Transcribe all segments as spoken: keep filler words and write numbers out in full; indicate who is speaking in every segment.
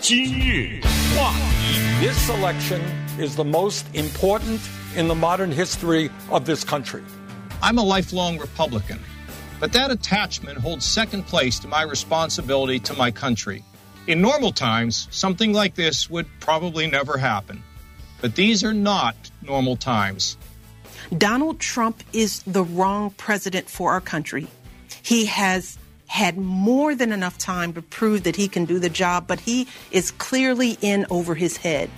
Speaker 1: 今日话题。
Speaker 2: This election is the most important in the modern history of this country.
Speaker 3: I'm a lifelong Republican, but that attachment holds second place to my responsibility to my country. In normal times, something like this would probably never happen. But these are not normal times.
Speaker 4: Donald Trump is the wrong president for our country. He has had more than enough time to prove that he can do the job, but he is clearly in over his head.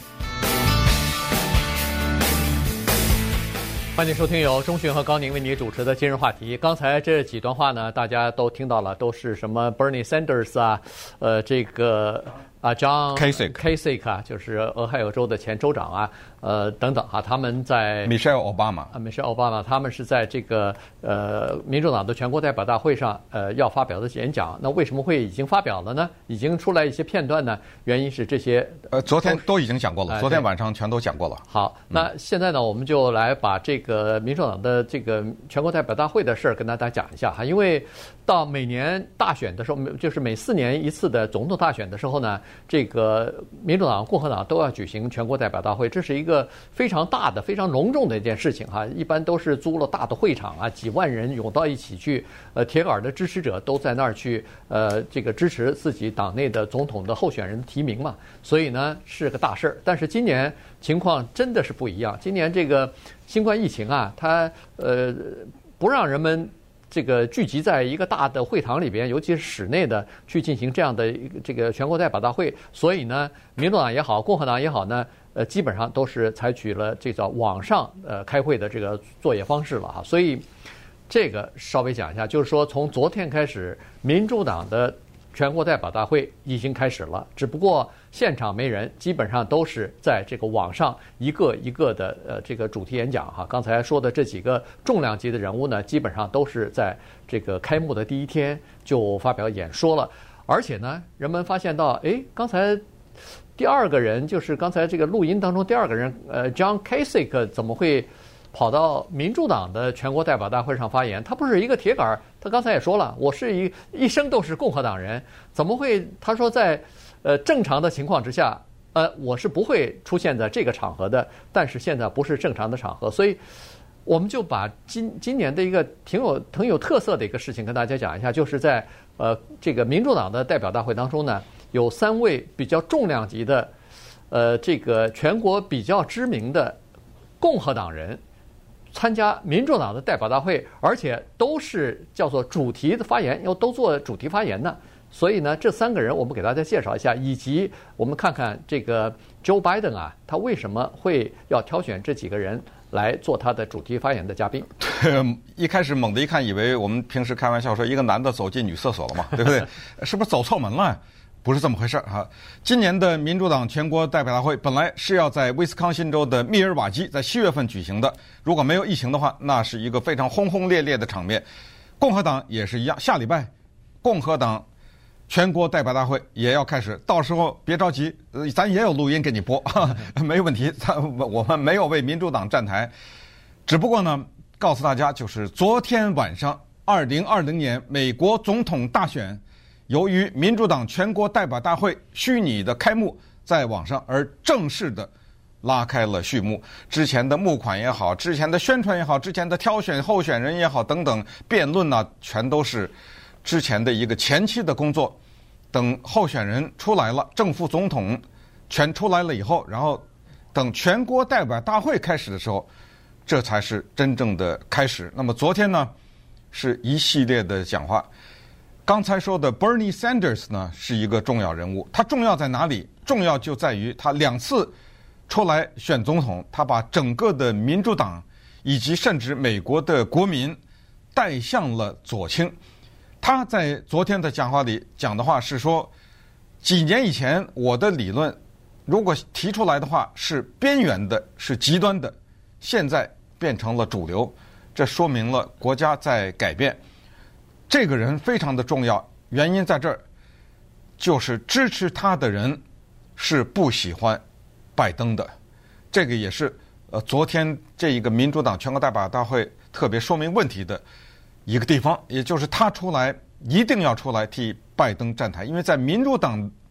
Speaker 5: 欢迎收听由钟迅和高宁为你主持的今日话题。刚才这几段话呢，大家都听到了，都是什么 Bernie Sanders 啊，呃，这个啊 John
Speaker 6: Kasich
Speaker 5: Kasich 啊，就是俄亥俄州的前州长啊，呃等等啊，他们在
Speaker 6: Michelle Obama
Speaker 5: 啊 Michelle Obama 他们是在这个呃民主党的全国代表大会上呃要发表的演讲。那为什么会已经发表了呢？已经出来一些片段呢？原因是这些
Speaker 6: 呃昨天都已经讲过了，
Speaker 5: 呃、
Speaker 6: 昨天晚上全都讲过了。
Speaker 5: 好，那现在呢，我们就来把这个民主党的这个全国代表大会的事儿跟大家讲一下哈，因为到每年大选的时候，就是每四年一次的总统大选的时候呢，这个民主党、共和党都要举行全国代表大会，这是一个非常大的、非常隆重的一件事情哈。一般都是租了大的会场啊，几万人涌到一起去，呃，铁杆的支持者都在那儿去，呃，这个支持自己党内的总统的候选人的提名嘛，所以呢是个大事儿。但是今年情况真的是不一样，今年这个新冠疫情啊，它呃不让人们这个聚集在一个大的会堂里边，尤其是室内的去进行这样的这个全国代表大会，所以呢，民主党也好，共和党也好呢，呃，基本上都是采取了这叫网上呃开会的这个作业方式了哈。所以这个稍微讲一下，就是说从昨天开始，民主党的全国代表大会已经开始了，只不过现场没人，基本上都是在这个网上一个一个的呃这个主题演讲哈。刚才说的这几个重量级的人物呢，基本上都是在这个开幕的第一天就发表演说了，而且呢，人们发现到，哎，刚才第二个人就是刚才这个录音当中第二个人，呃 ，John Kasich 怎么会跑到民主党的全国代表大会上发言？他不是一个铁杆，他刚才也说了，我是一一生都是共和党人，怎么会？他说在呃正常的情况之下，呃我是不会出现在这个场合的，但是现在不是正常的场合，所以我们就把今今年的一个挺有挺有特色的一个事情跟大家讲一下，就是在呃这个民主党的代表大会当中呢，有三位比较重量级的，呃这个全国比较知名的共和党人参加民主党的代表大会，而且都是叫做主题的发言，又都做主题发言呢。所以呢，这三个人我们给大家介绍一下，以及我们看看这个 Joe Biden 啊，他为什么会要挑选这几个人来做他的主题发言的嘉宾。
Speaker 6: 一开始猛地一看，以为我们平时开玩笑说一个男的走进女厕所了嘛，对不对？是不是走错门了？不是这么回事哈。今年的民主党全国代表大会本来是要在威斯康辛州的密尔瓦基在七月份举行的，如果没有疫情的话，那是一个非常轰轰烈烈的场面。共和党也是一样，下礼拜共和党全国代表大会也要开始，到时候别着急，呃，咱也有录音给你播，没有问题。咱我们没有为民主党站台，只不过呢，告诉大家，就是昨天晚上二零二零年美国总统大选。由于民主党全国代表大会虚拟的开幕在网上，而正式的拉开了序幕。之前的募款也好，之前的宣传也好，之前的挑选候选人也好，等等辩论呢，全都是之前的一个前期的工作。等候选人出来了，正副总统全出来了以后，然后等全国代表大会开始的时候，这才是真正的开始。那么昨天呢，是一系列的讲话。刚才说的 Bernie Sanders 呢，是一个重要人物。他重要在哪里？重要就在于他两次出来选总统，他把整个的民主党以及甚至美国的国民带向了左倾。他在昨天的讲话里讲的话是说，几年以前我的理论如果提出来的话是边缘的，是极端的，现在变成了主流，这说明了国家在改变。这个人非常的重要，原因在这儿，就是支持他的人是不喜欢拜登的。这个也是呃昨天这一个民主党全国代表大会特别说明问题的一个地方，也就是他出来一定要出来替拜登站台，因为在民主党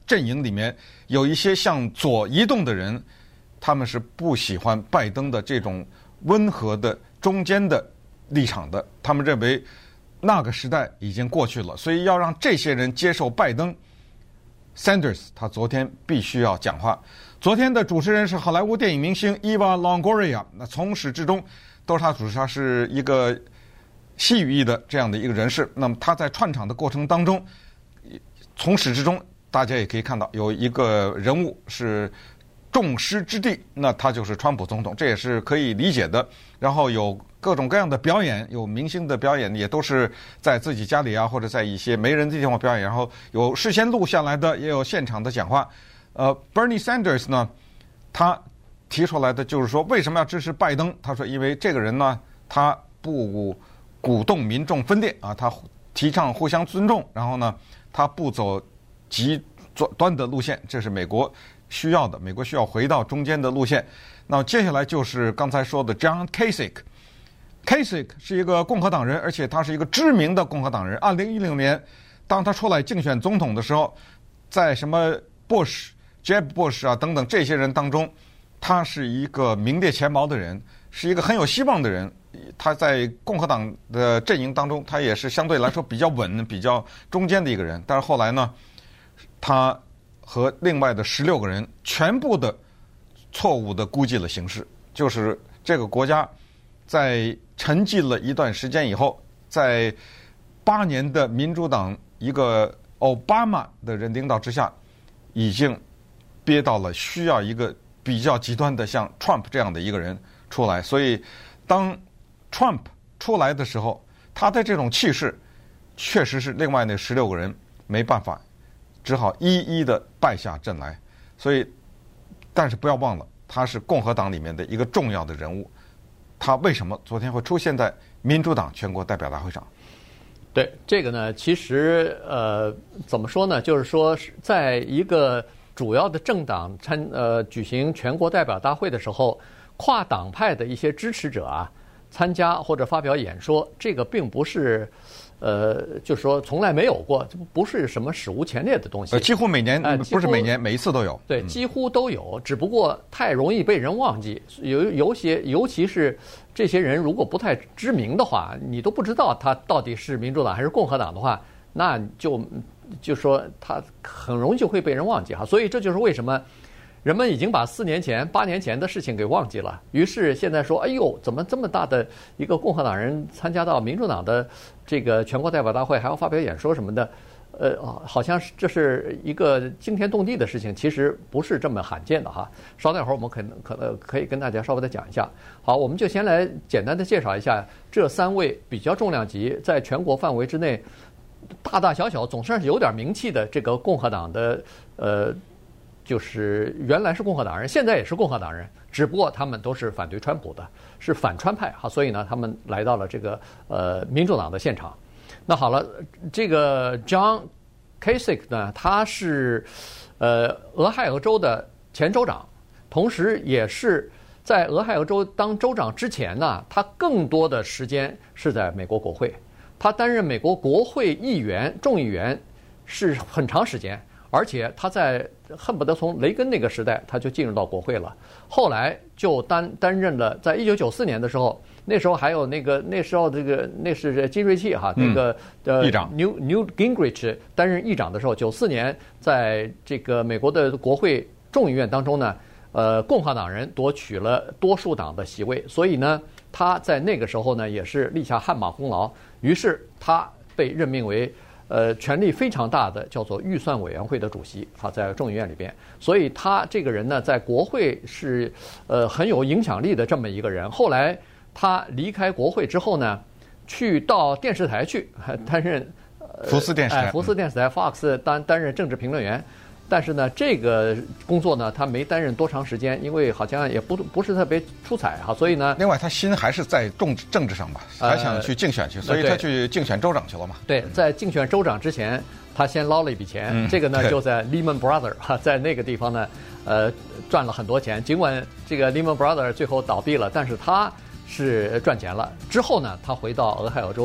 Speaker 6: 阵营里面有一些向左移动的人，他们是不喜欢拜登的这种温和的中间的立场的，他们认为那个时代已经过去了，所以要让这些人接受拜登。Sanders 他昨天必须要讲话。昨天的主持人是好莱坞电影明星 Eva Longoria， 那从始至终都是他主持，他是一个西语裔的这样的一个人士。那么他在串场的过程当中，从始至终大家也可以看到有一个人物是众矢之的，那他就是川普总统，这也是可以理解的。然后有各种各样的表演，有明星的表演，也都是在自己家里啊，或者在一些没人的地方表演。然后有事先录下来的，也有现场的讲话。呃 ，Bernie Sanders 呢，他提出来的就是说，为什么要支持拜登？他说，因为这个人呢，他不鼓动民众分裂啊，他提倡互相尊重，然后呢，他不走极端的路线，这是美国需要的。美国需要回到中间的路线。那接下来就是刚才说的 John Kasich。Kasich 是一个共和党人，而且他是一个知名的共和党人。二零一零年，当他出来竞选总统的时候，在什么 Bush、Jeb Bush 啊等等这些人当中，他是一个名列前茅的人，是一个很有希望的人。他在共和党的阵营当中，他也是相对来说比较稳、比较中间的一个人。但是后来呢，他和另外的十六个人全部的错误的估计了形势，就是这个国家在沉寂了一段时间以后，在八年的民主党一个奥巴马的人领导之下，已经憋到了需要一个比较极端的像 Trump 这样的一个人出来。所以当 Trump 出来的时候，他的这种气势确实是另外那十六个人没办法，只好一一的败下阵来。所以但是不要忘了，他是共和党里面的一个重要的人物。他为什么昨天会出现在民主党全国代表大会上？
Speaker 5: 对这个呢，其实呃，怎么说呢？就是说，在一个主要的政党参呃举行全国代表大会的时候，跨党派的一些支持者啊，参加或者发表演说，这个并不是。呃，就是说从来没有过，这不是什么史无前例的东西。
Speaker 6: 呃，几乎每年、呃、不是每年，每一次都有。
Speaker 5: 对，几乎都有，只不过太容易被人忘记。有有些，尤其是这些人如果不太知名的话，你都不知道他到底是民主党还是共和党的话，那就就说他很容易就会被人忘记哈。所以这就是为什么。人们已经把四年前、八年前的事情给忘记了，于是现在说：“哎呦，怎么这么大的一个共和党人参加到民主党的这个全国代表大会，还要发表演说什么的？呃，好像是这是一个惊天动地的事情，其实不是这么罕见的哈。稍等一会儿，我们可能可能可以跟大家稍微的讲一下。好，我们就先来简单的介绍一下这三位比较重量级，在全国范围之内大大小小总算是有点名气的这个共和党的呃。”就是原来是共和党人，现在也是共和党人，只不过他们都是反对川普的，是反川派哈，所以呢，他们来到了这个呃民主党的现场。那好了，这个 John Kasich 呢，他是呃俄亥俄州的前州长，同时也是在俄亥俄州当州长之前呢，他更多的时间是在美国国会，他担任美国国会议员、众议员是很长时间。而且他在恨不得从雷根那个时代他就进入到国会了，后来就担担任了，在一九九四年的时候，那时候还有那个那时候这个那是金瑞气哈，那个呃
Speaker 6: 议长
Speaker 5: Newt Newt Gingrich 担任议长的时候，九四年在这个美国的国会众议院当中呢，呃，共和党人夺取了多数党的席位，所以呢，他在那个时候呢也是立下汗马功劳，于是他被任命为。呃，权力非常大的叫做预算委员会的主席，他在众议院里边，所以他这个人呢，在国会是呃很有影响力的这么一个人。后来他离开国会之后呢，去到电视台去担任呃
Speaker 6: 福斯电视台，
Speaker 5: 哎、福斯电视台 Fox 担担任政治评论员。但是呢，这个工作呢，他没担任多长时间，因为好像也不不是特别出彩哈，所以呢，
Speaker 6: 另外他心还是在政政治上吧，还想去竞选去，呃、所以他去竞选州长去了嘛。
Speaker 5: 对，在竞选州长之前，他先捞了一笔钱，嗯、这个呢就在 Lehman Brothers 哈，在那个地方呢，呃，赚了很多钱。尽管这个 Lehman Brothers 最后倒闭了，但是他是赚钱了。之后呢，他回到俄亥俄州呢，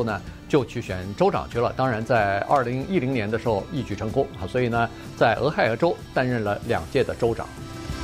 Speaker 5: 就去选州长去了。当然，在二零一零年的时候一举成功啊，所以呢，在俄亥俄州担任了两届的州长。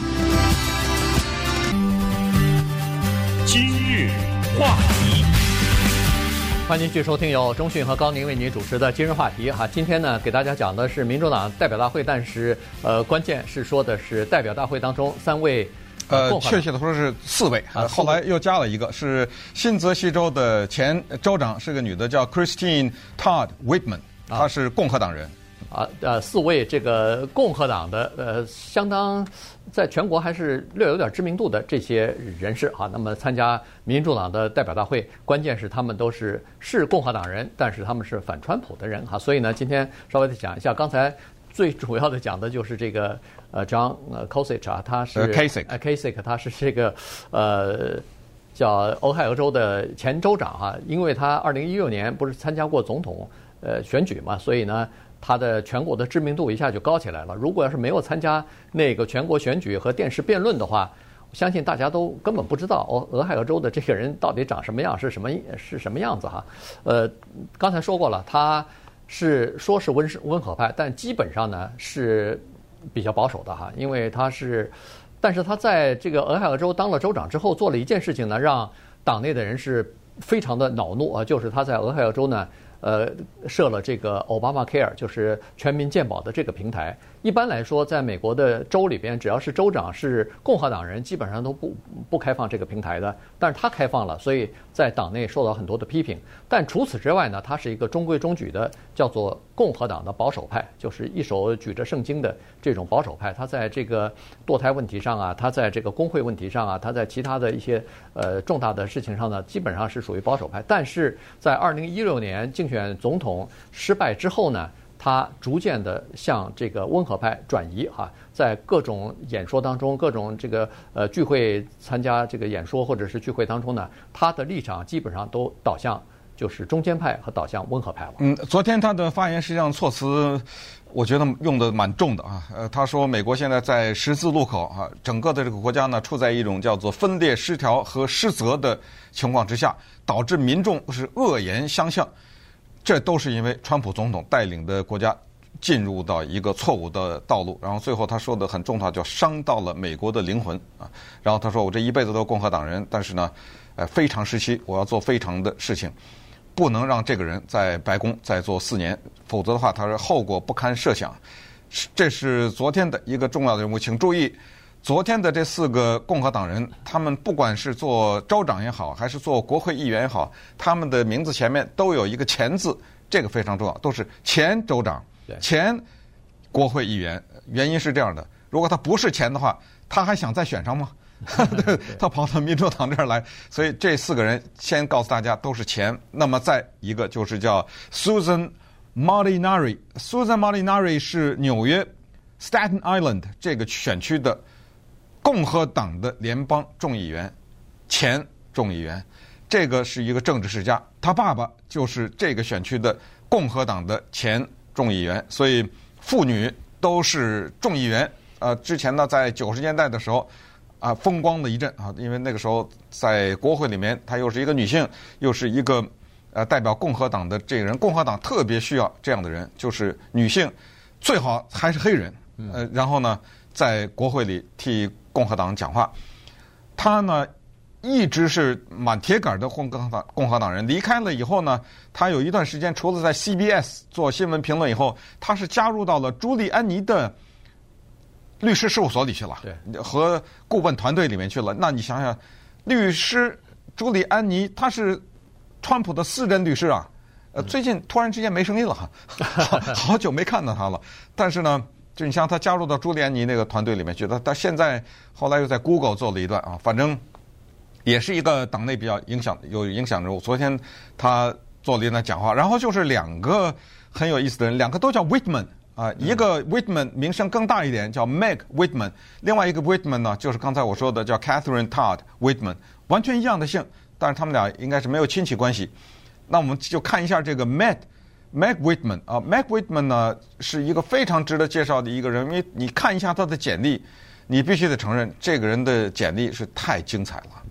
Speaker 1: 今日话题，
Speaker 5: 欢迎继续收听由钟讯和高宁为您主持的今日话题哈。今天呢，给大家讲的是民主党代表大会，但是呃，关键是说的是代表大会当中三位。
Speaker 6: 呃，确切的说是四位，啊、后来又加了一个，是新泽西州的前州长，是个女的，叫 Christine Todd Whitman， 她是共和党人。
Speaker 5: 啊，呃，四位这个共和党的呃，相当在全国还是略有点知名度的这些人士啊，那么参加民主党的代表大会，关键是他们都是是共和党人，但是他们是反川普的人哈、啊，所以呢，今天稍微的讲一下，刚才最主要的讲的就是这个呃 John 呃 Kasich 啊，他是
Speaker 6: Kasich，
Speaker 5: 呃 Kasich 他是这个呃。叫俄亥俄州的前州长哈，因为他二零一六年不是参加过总统呃选举嘛，所以呢，他的全国的知名度一下就高起来了。如果要是没有参加那个全国选举和电视辩论的话，我相信大家都根本不知道俄俄亥俄州的这个人到底长什么样，是什么是什么样子哈。呃，刚才说过了，他是说是温温和派，但基本上呢是比较保守的哈，因为他是。但是他在这个俄亥俄州当了州长之后，做了一件事情呢，让党内的人是非常的恼怒啊，就是他在俄亥俄州呢，呃，设了这个 Obamacare， 就是全民健保的这个平台。一般来说，在美国的州里边，只要是州长是共和党人，基本上都不不开放这个平台的。但是他开放了，所以在党内受到很多的批评。但除此之外呢，他是一个中规中矩的，叫做共和党的保守派，就是一手举着圣经的这种保守派。他在这个堕胎问题上啊，他在这个工会问题上啊，他在其他的一些呃重大的事情上呢，基本上是属于保守派。但是在二零一六年竞选总统失败之后呢，他逐渐的向这个温和派转移哈，在各种演说当中，各种这个呃聚会参加这个演说或者是聚会当中呢，他的立场基本上都导向就是中间派和导向温和派了。
Speaker 6: 嗯，昨天他的发言实际上措辞，我觉得用的蛮重的啊。呃，他说美国现在在十字路口啊，整个的这个国家呢处在一种叫做分裂失调和失责的情况之下，导致民众是恶言相向。这都是因为川普总统带领的国家进入到一个错误的道路，然后最后他说的很重要，叫伤到了美国的灵魂啊。然后他说我这一辈子都共和党人，但是呢，呃，非常时期我要做非常的事情，不能让这个人在白宫再做四年，否则的话他说后果不堪设想。这是昨天的一个重要的人物，请注意。昨天的这四个共和党人，他们不管是做州长也好，还是做国会议员也好，他们的名字前面都有一个前字，这个非常重要，都是前州长、前国会议员。原因是这样的，如果他不是前的话，他还想再选上吗？他跑到民主党这儿来，所以这四个人先告诉大家都是前。那么再一个就是叫 Susan Molinari，Susan Molinari 是纽约 Staten Island 这个选区的共和党的联邦众议员，前众议员，这个是一个政治世家，他爸爸就是这个选区的共和党的前众议员，所以父女都是众议员。呃，之前呢，在九十年代的时候，啊，风光的一阵啊，因为那个时候在国会里面，她又是一个女性，又是一个呃代表共和党的这个人，共和党特别需要这样的人，就是女性，最好还是黑人，呃，然后呢，在国会里替共和党讲话。他呢一直是满铁杆的共和党共和党人，离开了以后呢，他有一段时间除了在 C B S 做新闻评论以后，他是加入到了朱利安尼的律师事务所里去了，对，和顾问团队里面去了。那你想想，律师朱利安尼他是川普的私人律师啊，呃，最近突然之间没声音了，好, 好久没看到他了。但是呢，就你像他加入到朱利安尼那个团队里面去，他他现在后来又在 Google 做了一段啊，反正也是一个党内比较影响有影响人物。昨天他做了一段讲话，然后就是两个很有意思的人，两个都叫 Whitman。啊，一个 Whitman 名声更大一点，叫 Meg Whitman， 另外一个 Whitman 呢，就是刚才我说的叫 Catherine Todd Whitman， 完全一样的姓，但是他们俩应该是没有亲戚关系。那我们就看一下这个 Meg Meg Whitman 啊 ，Meg Whitman 呢是一个非常值得介绍的一个人，因为你看一下他的简历，你必须得承认这个人的简历是太精彩了。
Speaker 5: 对。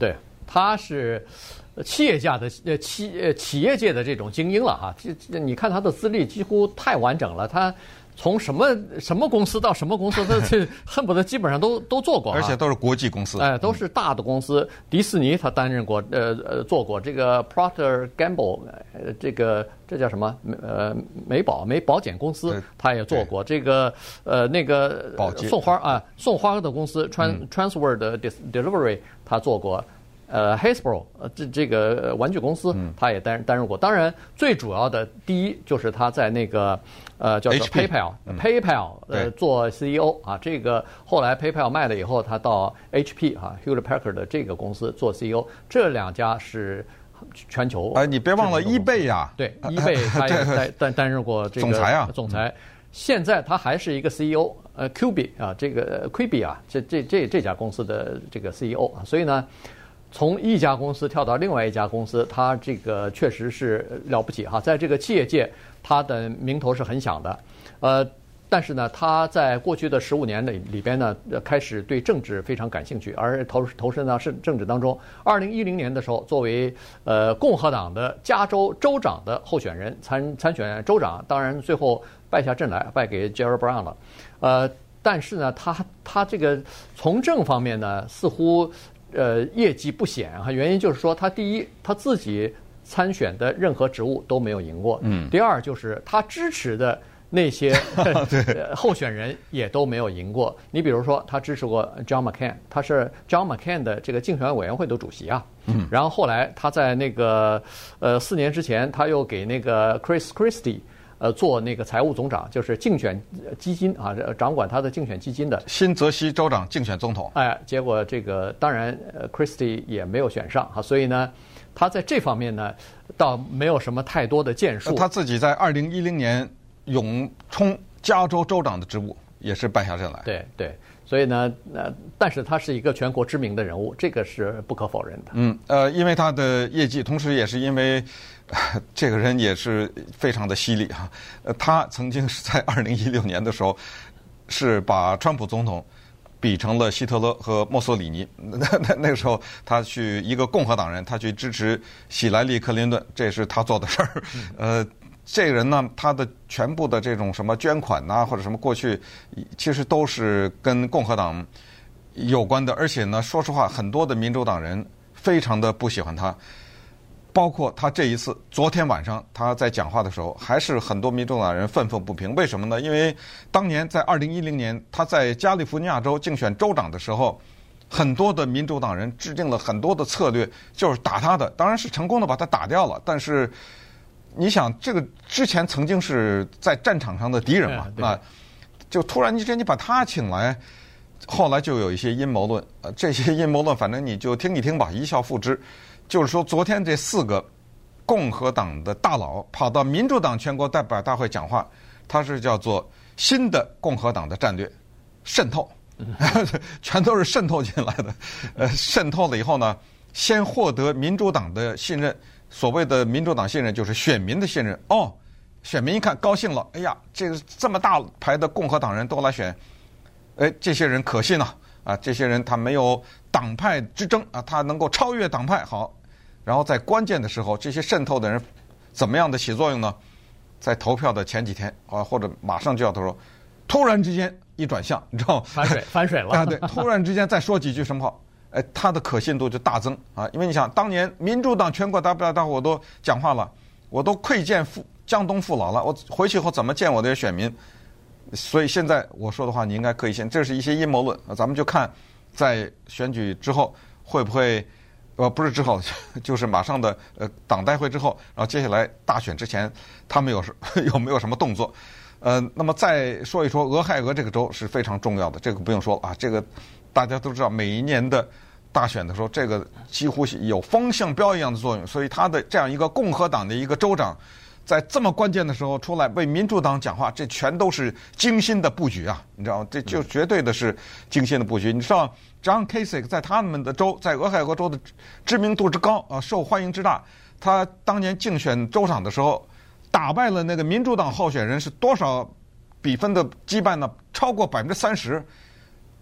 Speaker 5: 他是企业家的呃企呃企业界的这种精英了哈。这这你看他的资历几乎太完整了，他从什么什么公司到什么公司，他这恨不得基本上都都做过，
Speaker 6: 而且都是国际公司，
Speaker 5: 哎，都是大的公司。迪士尼他担任过，呃呃，做过这个 Procter Gamble， 呃，这个这叫什么？呃，美宝美保险公司他也做过。这个呃那个送花啊送花的公司 Trans Transworld 的 Delivery 他做过。呃 ，Hasbro， 呃，这这个玩具公司，他也担担任过。当然，最主要的第一就是他在那个呃叫做 PayPal，PayPal 呃做 C E O 啊。这个后来 PayPal 卖了以后，他到 H P 啊 Hewlett Packard 的这个公司做 C E O。这两家是全球。
Speaker 6: 哎，你别忘了 eBay 呀，
Speaker 5: 对 ，eBay 他也担担担任过这个
Speaker 6: 总裁啊，
Speaker 5: 总裁。现在他还是一个 C E O， 呃 ，Quibi 啊，这个 Quibi 啊，这这这这家公司的这个 C E O 啊，所以呢。从一家公司跳到另外一家公司，他这个确实是了不起哈，在这个企业界，他的名头是很响的，呃，但是呢，他在过去的十五年里里边呢，开始对政治非常感兴趣，而投投身到是政治当中。二零一零年的时候，作为呃共和党的加州州长的候选人参参选州长，当然最后败下阵来，败给 Jerry Brown 了，呃，但是呢，他他这个从政方面呢，似乎。呃，业绩不显哈，原因就是说，他第一，他自己参选的任何职务都没有赢过；嗯，第二就是他支持的那些候选人也都没有赢过。你比如说，他支持过 John McCain， 他是 John McCain 的这个竞选委员会的主席啊。嗯，然后后来他在那个呃四年之前，他又给那个 Chris Christie。呃，做那个财务总长，就是竞选基金啊，掌管他的竞选基金的
Speaker 6: 新泽西州长竞选总统。
Speaker 5: 哎，结果这个当然，呃 ，Christie 也没有选上哈，所以呢，他在这方面呢，倒没有什么太多的建树。
Speaker 6: 他自己在二零一零年勇冲加州州长的职务，也是败下阵来。
Speaker 5: 对对，所以呢，呃，但是他是一个全国知名的人物，这个是不可否认的。
Speaker 6: 嗯，呃，因为他的业绩，同时也是因为。这个人也是非常的犀利哈，呃，他曾经是在二零一六年的时候，是把川普总统比成了希特勒和墨索里尼。那那那个时候，他去一个共和党人，他去支持希莱利·克林顿，这是他做的事儿。呃，这个人呢，他的全部的这种什么捐款呐、啊，或者什么过去，其实都是跟共和党有关的。而且呢，说实话，很多的民主党人非常的不喜欢他。包括他这一次，昨天晚上他在讲话的时候，还是很多民主党人愤愤不平。为什么呢？因为当年在二零一零年他在加利福尼亚州竞选州长的时候，很多的民主党人制定了很多的策略，就是打他的，当然是成功的把他打掉了。但是你想，这个之前曾经是在战场上的敌人嘛，那就突然之间你把他请来，后来就有一些阴谋论，呃，这些阴谋论反正你就听一听吧，一笑付之。就是说，昨天这四个共和党的大佬跑到民主党全国代表大会讲话，他是叫做新的共和党的战略渗透，全都是渗透进来的。呃，渗透了以后呢，先获得民主党的信任。所谓的民主党信任，就是选民的信任。哦，选民一看高兴了，哎呀，这个这么大牌的共和党人都来选，哎，这些人可信啊！啊，这些人他没有党派之争啊，他能够超越党派。好。然后在关键的时候，这些渗透的人怎么样的起作用呢？在投票的前几天啊，或者马上就要投，突然之间一转向，你知道吗？
Speaker 5: 反水，反水了
Speaker 6: 啊！对，突然之间再说几句什么话，哎，他的可信度就大增啊！因为你想，当年民主党全国代表大会我都讲话了，我都窥见父江东父老了，我回去以后怎么见我的选民？所以现在我说的话，你应该可以信。这是一些阴谋论啊，咱们就看在选举之后会不会。呃，不是之后，就是马上的呃党代会之后，然后接下来大选之前，他们有什有没有什么动作？呃，那么再说一说俄亥俄这个州是非常重要的，这个不用说了啊，这个大家都知道，每一年的大选的时候，这个几乎有风向标一样的作用，所以他的这样一个共和党的一个州长，在这么关键的时候出来为民主党讲话，这全都是精心的布局啊，你知道吗？这就绝对的是精心的布局。你知道 John Kasich 在他们的州，在俄亥俄州的知名度之高啊，受欢迎之大，他当年竞选州长的时候，打败了那个民主党候选人是多少比分的击败呢？超过百分之三十。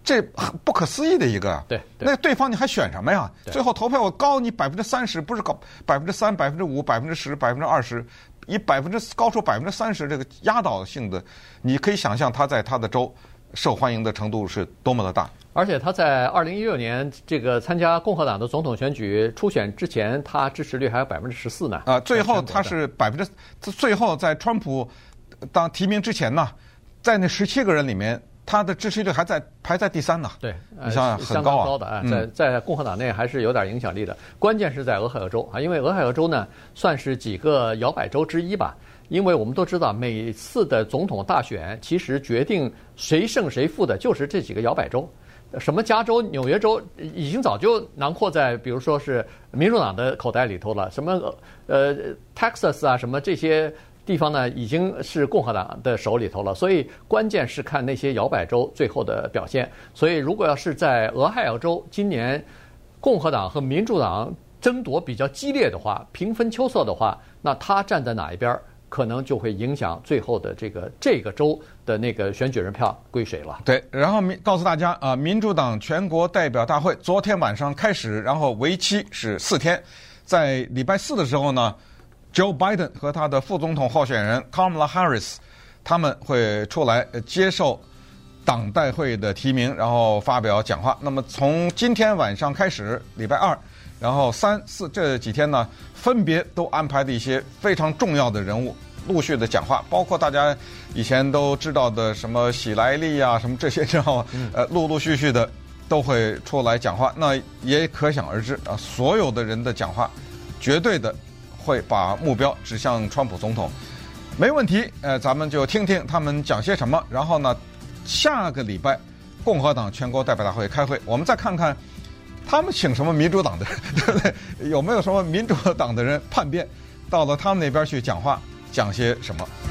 Speaker 6: 这不可思议的一个。
Speaker 5: 对，
Speaker 6: 那对方你还选什么呀？最后投票我高你百分之三十，不是高百分之三、百分之五、百分之十、百分之二十，以百分之高出百分之三十这个压倒性的，你可以想象他在他的州受欢迎的程度是多么的大。
Speaker 5: 而且他在二零一六年这个参加共和党的总统选举初选之前，他支持率还有百分之十四呢。
Speaker 6: 啊，最后他是百分之，最后在川普当提名之前呢，在那十七个人里面，他的支持率还在排在第三呢。
Speaker 5: 对，
Speaker 6: 你想想很高啊，
Speaker 5: 高的啊，在在共和党内还是有点影响力的。关键是在俄亥俄州啊，因为俄亥俄州呢算是几个摇摆州之一吧。因为我们都知道，每次的总统大选其实决定谁胜谁负的就是这几个摇摆州。什么加州、纽约州已经早就囊括在，比如说是民主党的口袋里头了。什么呃 Texas 啊，什么这些地方呢，已经是共和党的手里头了。所以关键是看那些摇摆州最后的表现。所以如果要是在俄亥俄州今年共和党和民主党争夺比较激烈的话，平分秋色的话，那他站在哪一边，可能就会影响最后的这个这个州的那个选举人票归谁了。
Speaker 6: 对，然后民告诉大家啊，民主党全国代表大会昨天晚上开始，然后为期是四天。在礼拜四的时候呢 ，Joe Biden 和他的副总统候选人 Kamala Harris 他们会出来接受党代会的提名，然后发表讲话。那么从今天晚上开始，礼拜二。然后三四这几天呢，分别都安排了一些非常重要的人物陆续的讲话，包括大家以前都知道的什么喜来利啊，什么这些，然后呃陆陆续续的都会出来讲话。那也可想而知啊，所有的人的讲话，绝对的会把目标指向川普总统，没问题。呃，咱们就听听他们讲些什么。然后呢，下个礼拜共和党全国代表大会开会，我们再看看。他们请什么民主党的人，对不对？有没有什么民主党的人叛变，到了他们那边去讲话，讲些什么？